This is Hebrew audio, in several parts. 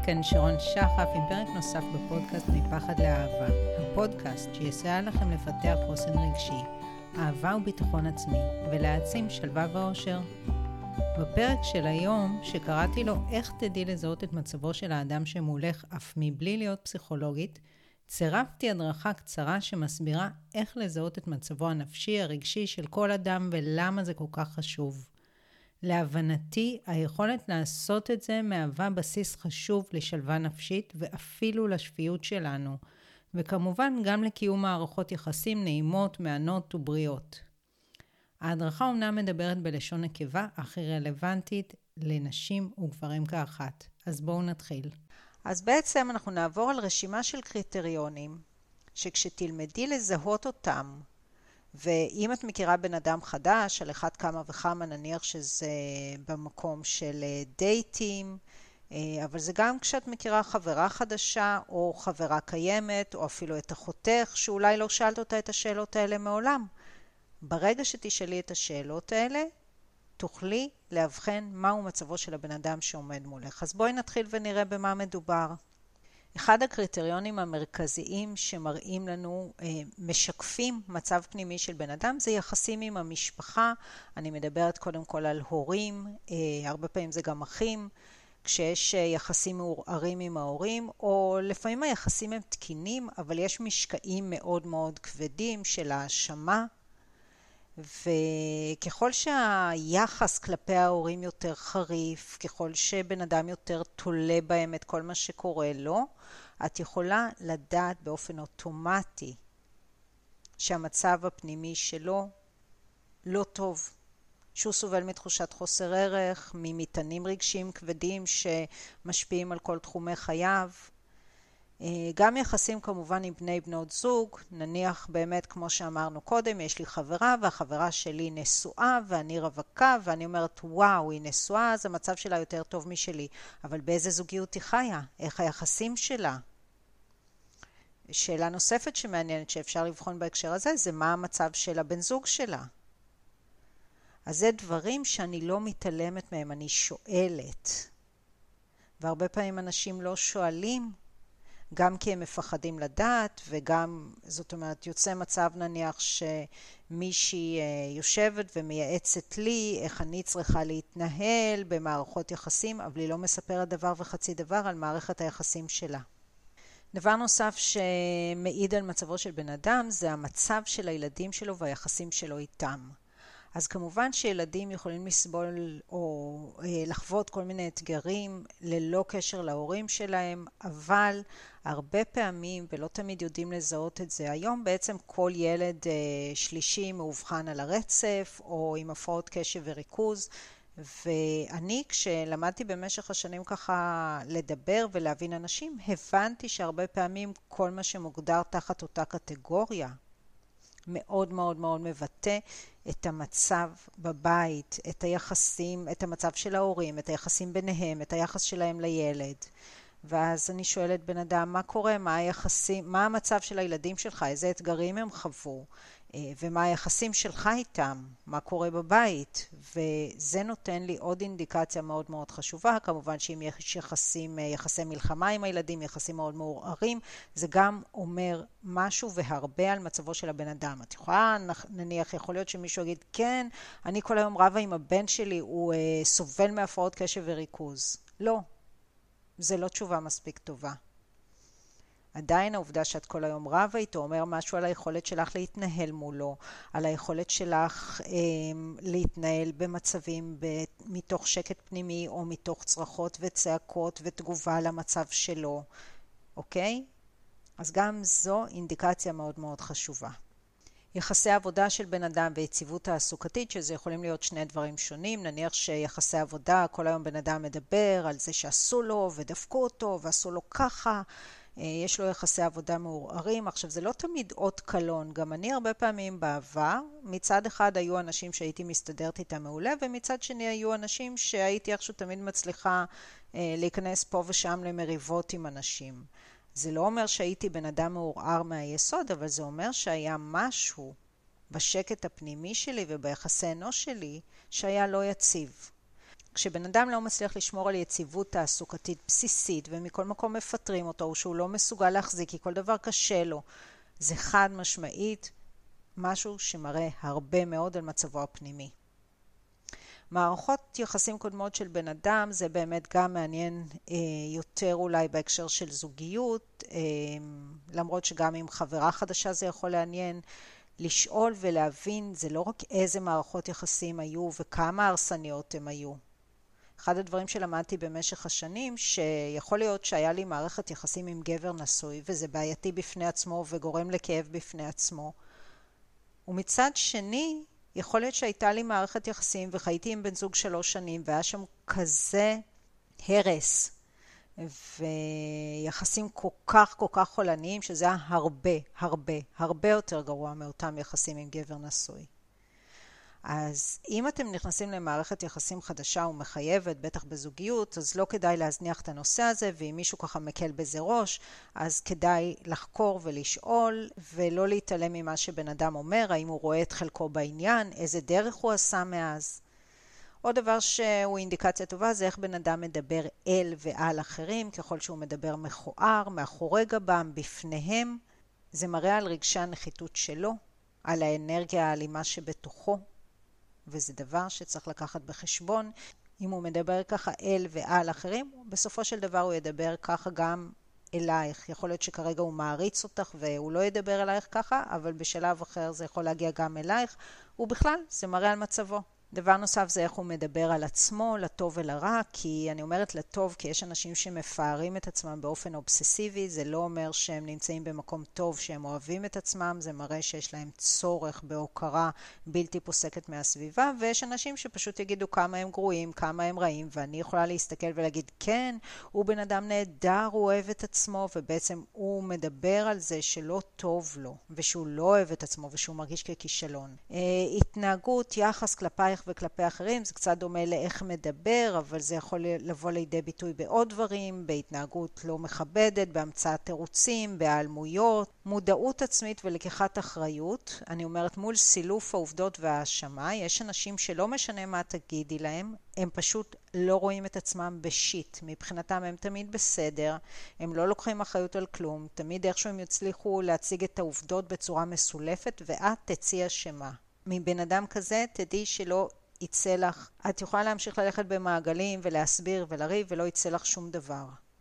כאן שרון שחף עם פרק נוסף בפודקאסט מפחד לאהבה. הפודקאסט שיסייע לכם לפתח חוסן רגשי, אהבה וביטחון עצמי, ולהעצים שלווה ואושר. בפרק של היום, שקראתי לו איך תדעי לזהות את מצבו של האדם שמולך אף מבלי להיות פסיכולוגית, צירפתי הדרכה קצרה שמסבירה איך לזהות את מצבו הנפשי הרגשי של כל אדם ולמה זה כל כך חשוב. להבנתי, היכולת לעשות את זה מהווה בסיס חשוב לשלווה נפשית ואפילו לשפיות שלנו, וכמובן גם לקיום מערכות יחסים נעימות, מענות ובריאות. ההדרכה אומנם מדברת בלשון נקבה, אך היא רלוונטית לנשים וגברים כאחת. אז בואו נתחיל. אז בעצם אנחנו נעבור על רשימה של קריטריונים, שכשתלמדי לזהות אותם, ואם את מכירה בן אדם חדש, על אחד כמה וכמה, נניח שזה במקום של דייטים, אבל זה גם כשאת מכירה חברה חדשה, או חברה קיימת, או אפילו את אחותך, שאולי לא שאלת אותה את השאלות האלה מעולם. ברגע שתשאלי את השאלות האלה, תוכלי להבחן מהו מצבו של הבן אדם שעומד מולך. אז בואי נתחיל ונראה במה מדובר. אחד הקריטריונים המרכזיים שמראים לנו, משקפים מצב פנימי של בן אדם, זה יחסים עם המשפחה. אני מדברת קודם כל על הורים, הרבה פעמים זה גם אחים, כשיש יחסים מעורערים עם ההורים, או לפעמים היחסים הם תקינים, אבל יש משקעים מאוד מאוד כבדים של האשמה, וככל שהיחס כלפי ההורים יותר חריף, ככל שבן אדם יותר תולה בהם את כל מה שקורה לו, את יכולה לדעת באופן אוטומטי שהמצב הפנימי שלו לא טוב, שהוא סובל מתחושת חוסר ערך, ממטענים רגשיים כבדים שמשפיעים על כל תחומי חייו. גם יחסים כמובן עם בני בנות זוג, נניח באמת כמו שאמרנו קודם, יש לי חברה והחברה שלי נשואה ואני רווקה ואני אומרת וואו היא נשואה, אז המצב שלה יותר טוב משלי, אבל באיזה זוגיות היא חיה? איך היחסים שלה? שאלה נוספת שמעניינת שאפשר לבחון בהקשר הזה, זה מה המצב של הבן זוג שלה. אז זה דברים שאני לא מתעלמת מהם, אני שואלת. והרבה פעמים אנשים לא שואלים, גם כי הם מפחדים לדעת, וגם, זאת אומרת, יוצא מצב נניח שמישהי יושבת ומייעצת לי איך אני צריכה להתנהל במערכות יחסים, אבל היא לא מספרת דבר וחצי דבר על מערכת היחסים שלה. דבר נוסף שמעיד על מצבו של בן אדם, זה המצב של הילדים שלו והיחסים שלו איתם. אז כמובן שילדים יכולים לסבול או לחוות כל מיני אתגרים ללא קשר להורים שלהם, אבל הרבה פעמים, ולא תמיד יודעים לזהות את זה, היום בעצם כל ילד שלישי מאובחן על הרצף או עם הפרעות קשב וריכוז, ואני כשלמדתי במשך השנים ככה לדבר ולהבין אנשים, הבנתי שהרבה פעמים כל מה שמוגדר תחת אותה קטגוריה, מאוד מאוד מאוד מבטא את המצב בבית, את היחסים, את המצב של ההורים, את היחסים ביניהם, את היחס שלהם לילד. ואז אני שואלת בן אדם, מה קורה, מה היחסים, מה המצב של הילדים שלך, איזה אתגרים הם חוו, ומה היחסים שלך איתם, מה קורה בבית. וזה נותן לי עוד אינדיקציה מאוד מאוד חשובה. כמובן שאם יש יחסי מלחמה עם הילדים, יחסים מאוד מעורערים, זה גם אומר משהו והרבה על מצבו של הבן אדם. את יכולה, נניח, יכול להיות שמישהו יגיד, כן, אני כל היום רבה עם הבן שלי, הוא סובל מהפרעות קשב וריכוז. לא, זה לא תשובה מספיק טובה. עדיין העובדה שאת כל היום רבה איתו אומר משהו על היכולת שלך להתנהל מולו, על היכולת שלך להתנהל במצבים מתוך שקט פנימי או מתוך צרחות וצעקות ותגובה למצב שלו. אוקיי? אז גם זו אינדיקציה מאוד מאוד חשובה. יחסי עבודה של בן אדם ויציבות תעסוקתית, שזה יכולים להיות שני דברים שונים. נניח שיחסי עבודה, כל היום בן אדם מדבר על זה שעשו לו ודפקו אותו ועשו לו ככה, יש לו יחסי עבודה מעורערים. עכשיו זה לא תמיד אות קלון, גם אני הרבה פעמים בעבר, מצד אחד היו אנשים שהייתי מסתדרת איתם מעולה, ומצד שני היו אנשים שהייתי איכשהו תמיד מצליחה להיכנס פה ושם למריבות עם אנשים. זה לא אומר שהייתי בן אדם מעורער מהיסוד, אבל זה אומר שהיה משהו בשקט הפנימי שלי וביחסי אנוש שלי שהיה לא יציב. כשבן אדם לא מצליח לשמור על יציבות תעסוקתית בסיסית, ומכל מקום מפטרים אותו, או שהוא לא מסוגל להחזיק, כי כל דבר קשה לו, זה חד משמעית משהו שמראה הרבה מאוד על מצבו הפנימי. מערכות יחסים קודמות של בן אדם, זה באמת גם מעניין יותר אולי בהקשר של זוגיות, למרות שגם עם חברה חדשה זה יכול לעניין, לשאול ולהבין, זה לא רק איזה מערכות יחסים היו וכמה הרסניות הם היו. אחד הדברים שלמדתי במשך השנים, שיכול להיות שהיה לי מערכת יחסים עם גבר נשוי, וזה בעייתי בפני עצמו וגורם לכאב בפני עצמו. ומצד שני, יכול להיות שהייתה לי מערכת יחסים וחייתי עם בן זוג 3 שנים, והיה שם כזה הרס ויחסים כל כך חולניים, שזה היה הרבה יותר גרוע מאותם יחסים עם גבר נשוי. אז אם אתם נכנסים למערכת יחסים חדשה ומחייבת, בטח בזוגיות, אז לא כדאי להזניח את הנושא הזה, ואם מישהו ככה מקל בזה ראש, אז כדאי לחקור ולשאול, ולא להתעלם ממה שבן אדם אומר, האם הוא רואה את חלקו בעניין, איזה דרך הוא עשה מאז. עוד דבר שהוא אינדיקציה טובה, זה איך בן אדם מדבר אל ועל אחרים, ככל שהוא מדבר מכוער, מאחורי גבם, בפניהם. זה מראה על רגשי הנחיתות שלו, על האנרגיה האלימה שבתוכו. וזה דבר שצריך לקחת בחשבון. אם הוא מדבר ככה אל ועל אחרים, בסופו של דבר הוא ידבר ככה גם אלייך. יכול להיות שכרגע הוא מעריץ אותך והוא לא ידבר אלייך ככה, אבל בשלב אחר זה יכול להגיע גם אלייך, ובכלל זה מראה על מצבו. דבר נוסף זה איך הוא מדבר על עצמו, לטוב ולרע, כי אני אומרת לטוב, כי יש אנשים שמפארים את עצמם באופן אובססיבי, זה לא אומר שהם נמצאים במקום טוב, שהם אוהבים את עצמם, זה מראה שיש להם צורך בהוקרה בלתי פוסקת מהסביבה, ויש אנשים שפשוט יגידו כמה הם גרועים, כמה הם רעים, ואני יכולה להסתכל ולהגיד, כן, הוא בן אדם נהדר, הוא אוהב את עצמו, ובעצם הוא מדבר על זה שלא טוב לו, ושהוא לא אוהב את עצמו, ושהוא מרגיש ככישלון. התנהגות, יחס כלפייך וכלפי אחרים, זה קצת דומה לאיך מדבר, אבל זה יכול לבוא לידי ביטוי בעוד דברים, בהתנהגות לא מכבדת, בהמצאת תירוצים, בהיעלמויות, מודעות עצמית ולקיחת אחריות. אני אומרת מול סילוף העובדות וההאשמה, יש אנשים שלא משנה מה תגידי להם, הם פשוט לא רואים את עצמם בשיט. מבחינתם הם תמיד בסדר, הם לא לוקחים אחריות על כלום, תמיד איכשהו הם יצליחו להציג את העובדות בצורה מסולפת, ואת תציע אשמה. מבן אדם כזה תדעי שלא יצא לך. את יכולה להמשיך ללכת במעגלים ולהסביר ולריב ולא יצא לך שום דבר.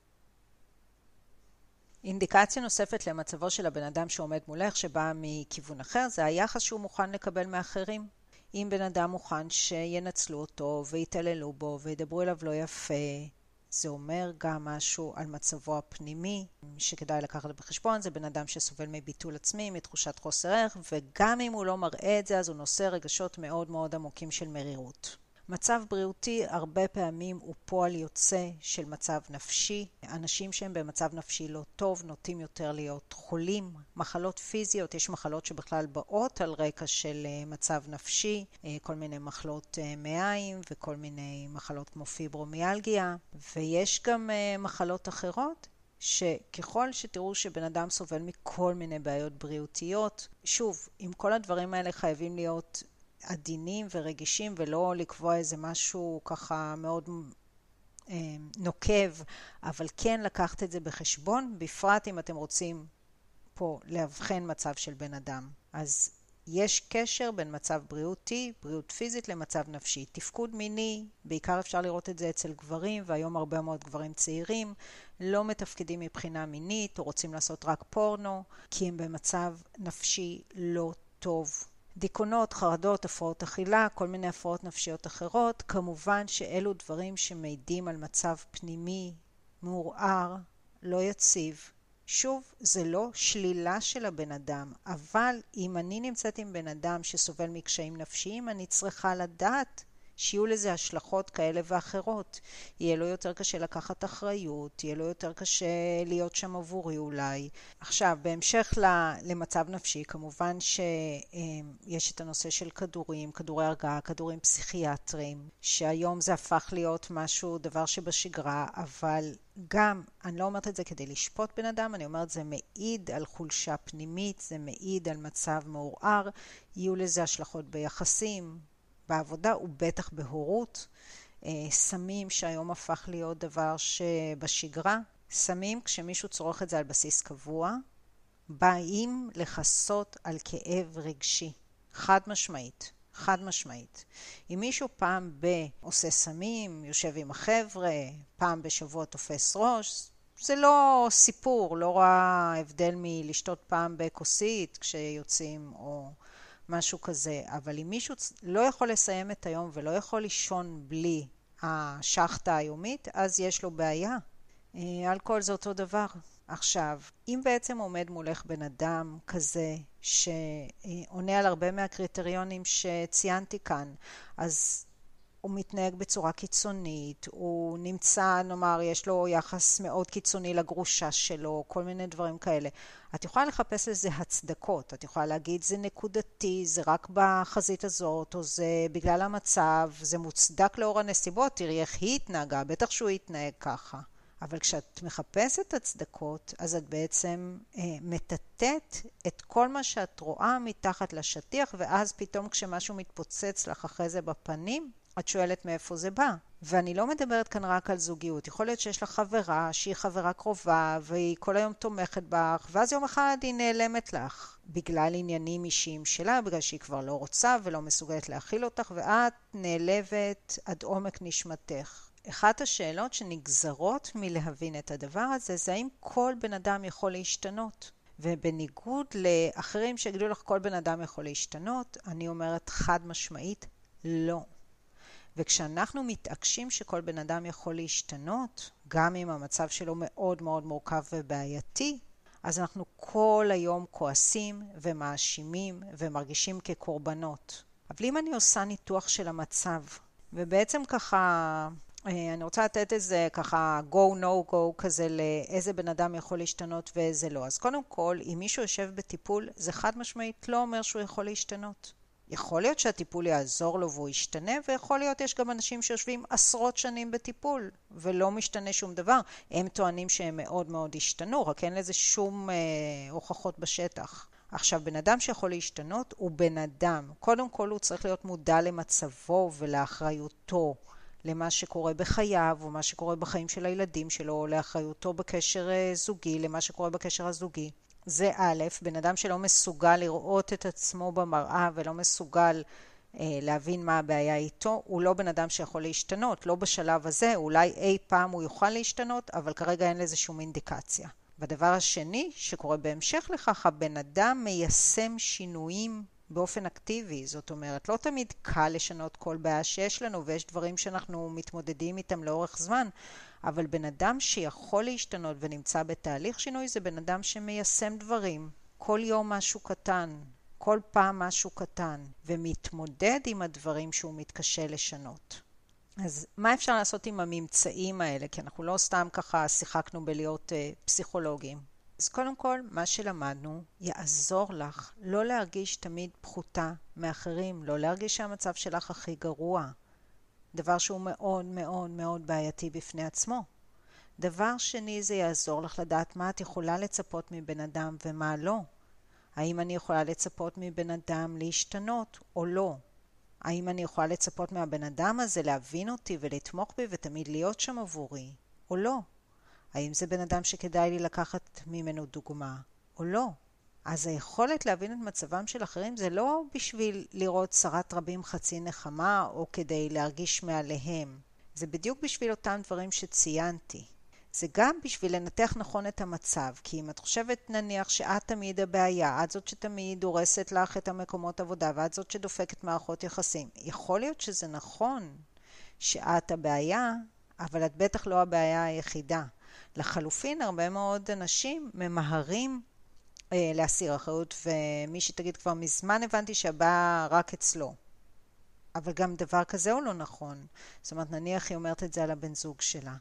אינדיקציה נוספת למצבו של הבן אדם שעומד מולך שבא מכיוון אחר, זה היחס שהוא מוכן לקבל מאחרים. אם בן אדם מוכן שינצלו אותו ויתעללו בו וידברו אליו לא יפה, זה אומר גם משהו על מצבו הפנימי שכדאי לקחת בחשבון. זה בן אדם שסובל מביטול עצמי, מתחושת חוסר ערך, וגם אם הוא לא מראה את זה, אז הוא נושא רגשות מאוד מאוד עמוקים של מרירות. מצב בריאותי הרבה פעמים הוא פועל יוצא של מצב נפשי. אנשים שהם במצב נפשי לא טוב נוטים יותר להיות חולים, מחלות פיזיות, יש מחלות שבכלל באות על רקע של מצב נפשי, כל מיני מחלות מעיים וכל מיני מחלות כמו פיברומיאלגיה, ויש גם מחלות אחרות שככל שתראו שבן אדם סובל מכל מיני בעיות בריאותיות, שוב, עם כל הדברים האלה חייבים להיות עדינים ורגישים ולא לקבוע איזה משהו ככה מאוד נוקב, אבל כן לקחת את זה בחשבון, בפרט אם אתם רוצים פה להבחן מצב של בן אדם. אז יש קשר בין מצב בריאותי, בריאות פיזית למצב נפשי. תפקוד מיני, בעיקר אפשר לראות את זה אצל גברים, והיום הרבה מאוד גברים צעירים לא מתפקדים מבחינה מינית או רוצים לעשות רק פורנו, כי הם במצב נפשי לא טוב. דיכאונות, חרדות, הפרעות אכילה, כל מיני הפרעות נפשיות אחרות, כמובן שאלו דברים שמעידים על מצב פנימי, מעורער, לא יציב. שוב, זה לא שלילה של הבן אדם, אבל אם אני נמצאת עם בן אדם שסובל מקשיים נפשיים, אני צריכה לדעת שיהיו לזה השלכות כאלה ואחרות. יהיה לו יותר קשה לקחת אחריות, יהיה לו יותר קשה להיות שם עבורי אולי. עכשיו, בהמשך למצב נפשי, כמובן שיש את הנושא של כדורים, כדורי הרגעה, כדורים פסיכיאטריים, שהיום זה הפך להיות משהו, דבר שבשגרה, אבל גם, אני לא אומרת את זה כדי לשפוט בן אדם, אני אומרת זה מעיד על חולשה פנימית, זה מעיד על מצב מעורער, יהיו לזה השלכות ביחסים, בעבודה ובטח בהורות. סמים שהיום הפך להיות דבר שבשגרה. סמים, כשמישהו צורך את זה על בסיס קבוע, באים לחסות על כאב רגשי. חד משמעית. חד משמעית. אם מישהו פעם עושה סמים, יושב עם החבר'ה, פעם בשבוע תופס ראש, זה לא סיפור, לא רואה הבדל מלשתות פעם בכוסית כשיוצאים או משהו כזה. אבל אם מישהו לא יכול לסיים את היום ולא יכול לישון בלי השחטה היומית, אז יש לו בעיה. אלכוהול זה אותו דבר. עכשיו, אם בעצם עומד מולך בן אדם כזה שעונה על הרבה מהקריטריונים שציינתי כאן, אז הוא מתנהג בצורה קיצונית, הוא נמצא, נאמר, יש לו יחס מאוד קיצוני לגרושה שלו, כל מיני דברים כאלה. את יכולה לחפש לזה הצדקות, את יכולה להגיד זה נקודתי, זה רק בחזית הזאת, או זה בגלל המצב, זה מוצדק לאור הנסיבות, תראי איך היא התנהגה, בטח שהוא יתנהג ככה. אבל כשאת מחפשת הצדקות, אז את בעצם מטטט את כל מה שאת רואה מתחת לשטיח, ואז פתאום כשמשהו מתפוצץ לך אחרי זה בפנים, את שואלת מאיפה זה בא. ואני לא מדברת כאן רק על זוגיות. יכול להיות שיש לך חברה שהיא חברה קרובה, והיא כל היום תומכת בך, ואז יום אחד היא נעלמת לך. בגלל עניינים אישיים שלה, בגלל שהיא כבר לא רוצה ולא מסוגלת להכיל אותך, ואת נעלבת עד עומק נשמתך. אחת השאלות שנגזרות מלהבין את הדבר הזה, זה האם כל בן אדם יכול להשתנות. ובניגוד לאחרים שיגידו לך כל בן אדם יכול להשתנות, אני אומרת חד משמעית, לא. וכשאנחנו מתעקשים שכל בן אדם יכול להשתנות, גם אם המצב שלו מאוד מאוד מורכב ובעייתי, אז אנחנו כל היום כועסים ומאשימים ומרגישים כקורבנות. אבל אם אני עושה ניתוח של המצב, ובעצם ככה, אני רוצה לתת איזה ככה go no go כזה לאיזה בן אדם יכול להשתנות ואיזה לא. אז קודם כל, אם מישהו יושב בטיפול, זה חד משמעית לא אומר שהוא יכול להשתנות. יכול להיות שהטיפול יעזור לו והוא ישתנה, ויכול להיות יש גם אנשים שיושבים עשרות שנים בטיפול ולא משתנה שום דבר. הם טוענים שהם מאוד מאוד השתנו, רק אין לזה שום הוכחות בשטח. עכשיו, בן אדם שיכול להשתנות הוא בן אדם. קודם כל הוא צריך להיות מודע למצבו ולאחריותו, למה שקורה בחייו או מה שקורה בחיים של הילדים שלו, או לאחריותו בקשר זוגי, למה שקורה בקשר הזוגי. זה א', בן אדם שלא מסוגל לראות את עצמו במראה ולא מסוגל להבין מה הבעיה איתו, הוא לא בן אדם שיכול להשתנות, לא בשלב הזה, אולי אי פעם הוא יוכל להשתנות, אבל כרגע אין לזה שום אינדיקציה. והדבר השני שקורה בהמשך לכך, הבן אדם מיישם שינויים באופן אקטיבי, זאת אומרת, לא תמיד קל לשנות כל בעיה שיש לנו, ויש דברים שאנחנו מתמודדים איתם לאורך זמן, אבל בן אדם שיכול להשתנות ונמצא בתהליך שינוי, זה בן אדם שמיישם דברים, כל יום משהו קטן, כל פעם משהו קטן, ומתמודד עם הדברים שהוא מתקשה לשנות. אז מה אפשר לעשות עם הממצאים האלה? כי אנחנו לא סתם ככה שיחקנו בלהיות פסיכולוגים. אז קודם כל, מה שלמדנו יעזור לך לא להרגיש תמיד פחותה מאחרים, לא להרגיש שהמצב שלך הכי גרוע. דבר שהוא מאוד מאוד מאוד בעייתי בפני עצמו. דבר שני, זה יעזור לך לדעת מה את יכולה לצפות מבן אדם ומה לא. האם אני יכולה לצפות מבן אדם להשתנות או לא? האם אני יכולה לצפות מהבן אדם הזה להבין אותי ולתמוך בי ותמיד להיות שם עבורי או לא? האם זה בן אדם שכדאי לי לקחת ממנו דוגמה או לא? אז היכולת להבין את מצבם של אחרים זה לא בשביל לראות שרת רבים חצי נחמה או כדי להרגיש מעליהם. זה בדיוק בשביל אותם דברים שציינתי. זה גם בשביל לנתח נכון את המצב, כי אם את חושבת נניח שאת תמיד הבעיה, את זאת שתמיד הורסת לך את המקומות עבודה ואת זאת שדופקת מערכות יחסים. יכול להיות שזה נכון שאת הבעיה, אבל את בטח לא הבעיה היחידה. לחלופין, הרבה מאוד אנשים ממהרים להסיר אחריות, ומי שתגיד כבר מזמן הבנתי שהבעיה רק אצלו. אבל גם דבר כזה הוא לא נכון. זאת אומרת, נניח היא אומרת את זה על הבן זוג שלה.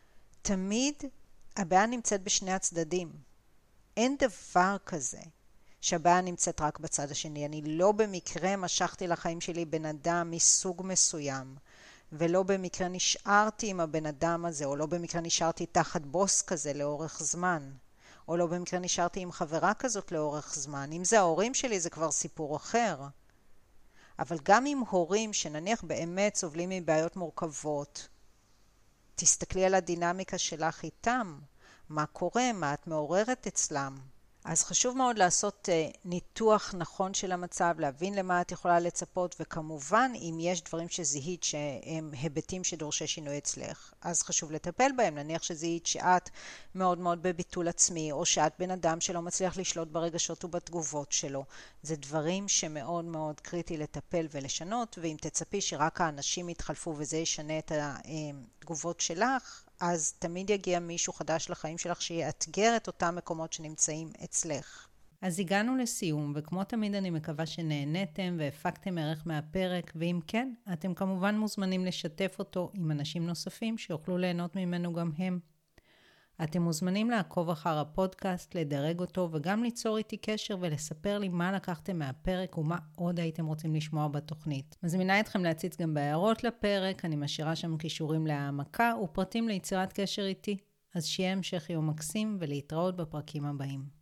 תמיד הבעיה נמצאת בשני הצדדים. אין דבר כזה שהבעיה נמצאת רק בצד השני. אני לא במקרה משכתי לחיים שלי בן אדם מסוג מסוים, ולא במקרה נשארתי עם הבן אדם הזה, או לא במקרה נשארתי תחת בוס כזה לאורך זמן, או לא במקרה נשארתי עם חברה כזאת לאורך זמן. אם זה ההורים שלי זה כבר סיפור אחר. אבל גם עם הורים שנניח באמת סובלים מבעיות מורכבות, תסתכלי על הדינמיקה שלך איתם, מה קורה, מה את מעוררת אצלם. אז חשוב מאוד לעשות ניתוח נכון של המצב, להבין למה את יכולה לצפות, וכמובן אם יש דברים שזיהית שהם היבטים שדורשי שינוי אצלך, אז חשוב לטפל בהם. נניח שזיהית שאת מאוד מאוד בביטול עצמי, או שאת בן אדם שלא מצליח לשלוט ברגשות ובתגובות שלו. זה דברים שמאוד מאוד קריטי לטפל ולשנות, ואם תצפי שרק האנשים יתחלפו וזה ישנה את התגובות שלך, אז תמיד יגיע מישהו חדש לחיים שלך שיאתגר את אותם מקומות שנמצאים אצלך. אז הגענו לסיום, וכמו תמיד אני מקווה שנהניתם והפקתם ערך מהפרק, ואם כן, אתם כמובן מוזמנים לשתף אותו עם אנשים נוספים שיוכלו ליהנות ממנו גם הם. אתם מוזמנים לעקוב אחר הפודקאסט, לדרג אותו וגם ליצור איתי קשר ולספר לי מה לקחתם מהפרק ומה עוד הייתם רוצים לשמוע בתוכנית. מזמינה אתכם להציץ גם בהערות לפרק, אני משאירה שם קישורים להעמקה ופרטים ליצירת קשר איתי. אז שיהיה המשך יום מקסים ולהתראות בפרקים הבאים.